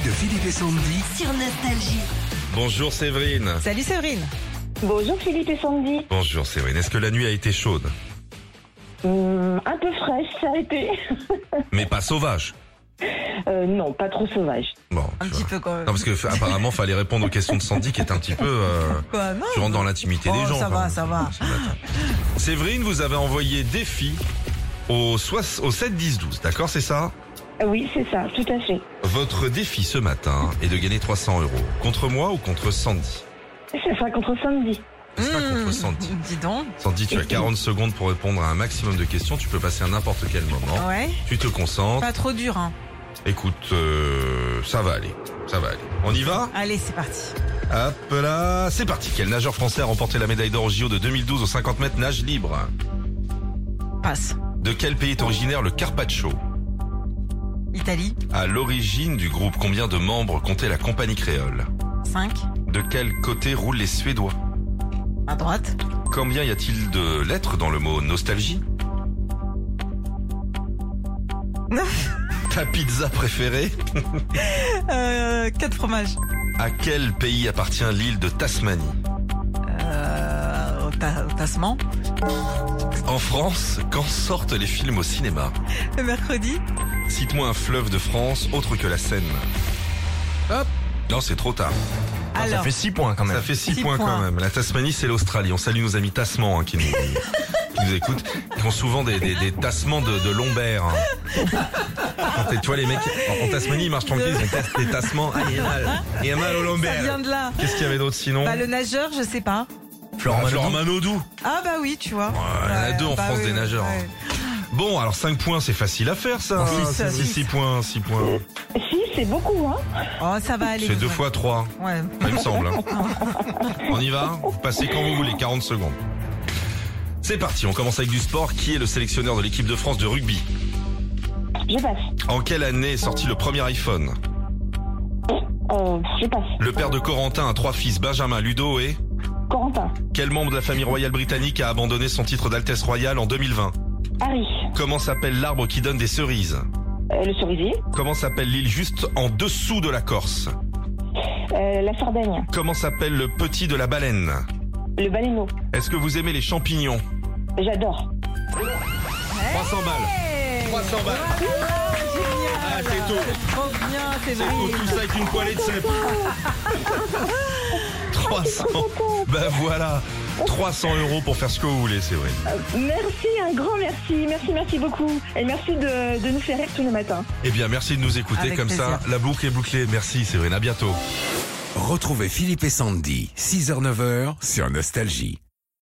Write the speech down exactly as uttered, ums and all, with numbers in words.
de Philippe et Sandy sur Nostalgie. Bonjour Séverine. Salut Séverine. Bonjour Philippe et Sandy. Bonjour Séverine. Est-ce que la nuit a été chaude? Hum, un peu fraîche, ça a été. Mais pas sauvage. Euh, non, pas trop sauvage. Bon, Un tu petit vois. peu quand même. Non, parce que f- apparemment, fallait répondre aux questions de Sandy qui est un petit peu. Euh, Quoi, non tu rentres dans l'intimité Oh, des gens. ça quand va, même, ça va. ce matin. Séverine, vous avez envoyé défi au, soix- au sept dix douze, d'accord, c'est ça? Euh, Oui, c'est ça, tout à fait. Votre défi ce matin est de gagner trois cents euros. Contre moi ou contre Sandy? C'est ça contre Sandy. Ce sera Mmh, contre Sandy. Dis donc. Sandy, tu as quarante secondes pour répondre à un maximum de questions. Tu peux passer à n'importe quel moment. Ouais. Tu te concentres. Pas trop dur, hein. Écoute, euh, ça va aller. Ça va aller. On y va? Allez, c'est parti. Hop là, c'est parti. Quel nageur français a remporté la médaille d'or au J O de deux mille douze au cinquante mètres nage libre? Passe. De quel pays est originaire le carpaccio? Italie. À l'origine du groupe, combien de membres comptait la compagnie créole? cinq. De quel côté roulent les Suédois? À droite. Combien y a-t-il de lettres dans le mot nostalgie? neuf. Ta pizza préférée? Euh, quatre fromages. À quel pays appartient l'île de Tasmanie? Euh, au, ta- au tassement. En France, quand sortent les films au cinéma? Le mercredi. Cite-moi un fleuve de France autre que la Seine. Hop. Non, c'est trop tard. Alors. Ça fait six points quand même. Ça fait six Six points, points. quand même. La Tasmanie, c'est l'Australie. On salue nos amis tassemans hein, qui, nous, qui nous écoutent. Ils ont souvent des, des, des tassements de, de lombaires. Hein. Quand t'es- tu vois, les mecs en, en Tasmanie, ils marchent tranquilles. Ils ont tas- des tassements. Ah, il est mal. Il est mal au Ça vient lombaire. de là. Qu'est-ce qu'il y avait d'autre sinon? Bah, le nageur, je sais pas. Florent Ah, Florent Manodou. Manodou. Ah, bah oui, tu vois. Ouais, il y en a deux en bah France, oui, des nageurs. ouais. Bon, alors cinq points, c'est facile à faire, ça. Six, C'est six. six points, six points. Si, c'est beaucoup, hein. Oh, ça va aller. C'est deux ouais. fois trois. Ouais. Il me semble. hein. On y va? Vous passez quand vous voulez, quarante secondes. C'est parti, on commence avec du sport. Qui est le sélectionneur de l'équipe de France de rugby? Je passe. En quelle année est sorti le premier iPhone? Euh, je passe. Le père de Corentin a trois fils, Benjamin, Ludo et... Corentin. Quel membre de la famille royale britannique a abandonné son titre d'Altesse royale en deux mille vingt? Harry. Comment s'appelle l'arbre qui donne des cerises? Euh, le cerisier. Comment s'appelle l'île juste en dessous de la Corse? Euh, la Sardaigne. Comment s'appelle le petit de la baleine? Le baleineau. Est-ce que vous aimez les champignons? J'adore. trois cents balles. Hey. trois cents balles. Ah, c'est tout. Trop bien, c'est C'est vrai. tout, tout ça avec une poêlée de cèpe. trois cents. Ben voilà. trois cents euros pour faire ce que vous voulez, c'est vrai. Merci, un grand merci. Merci, merci beaucoup. Et merci de, de nous faire rire tous les matins. Eh bien, merci de nous écouter. Avec Comme ça, plaisir. la boucle est bouclée. Merci, Séverine. À bientôt. Retrouvez Philippe et Sandy, six heures neuf heures sur Nostalgie.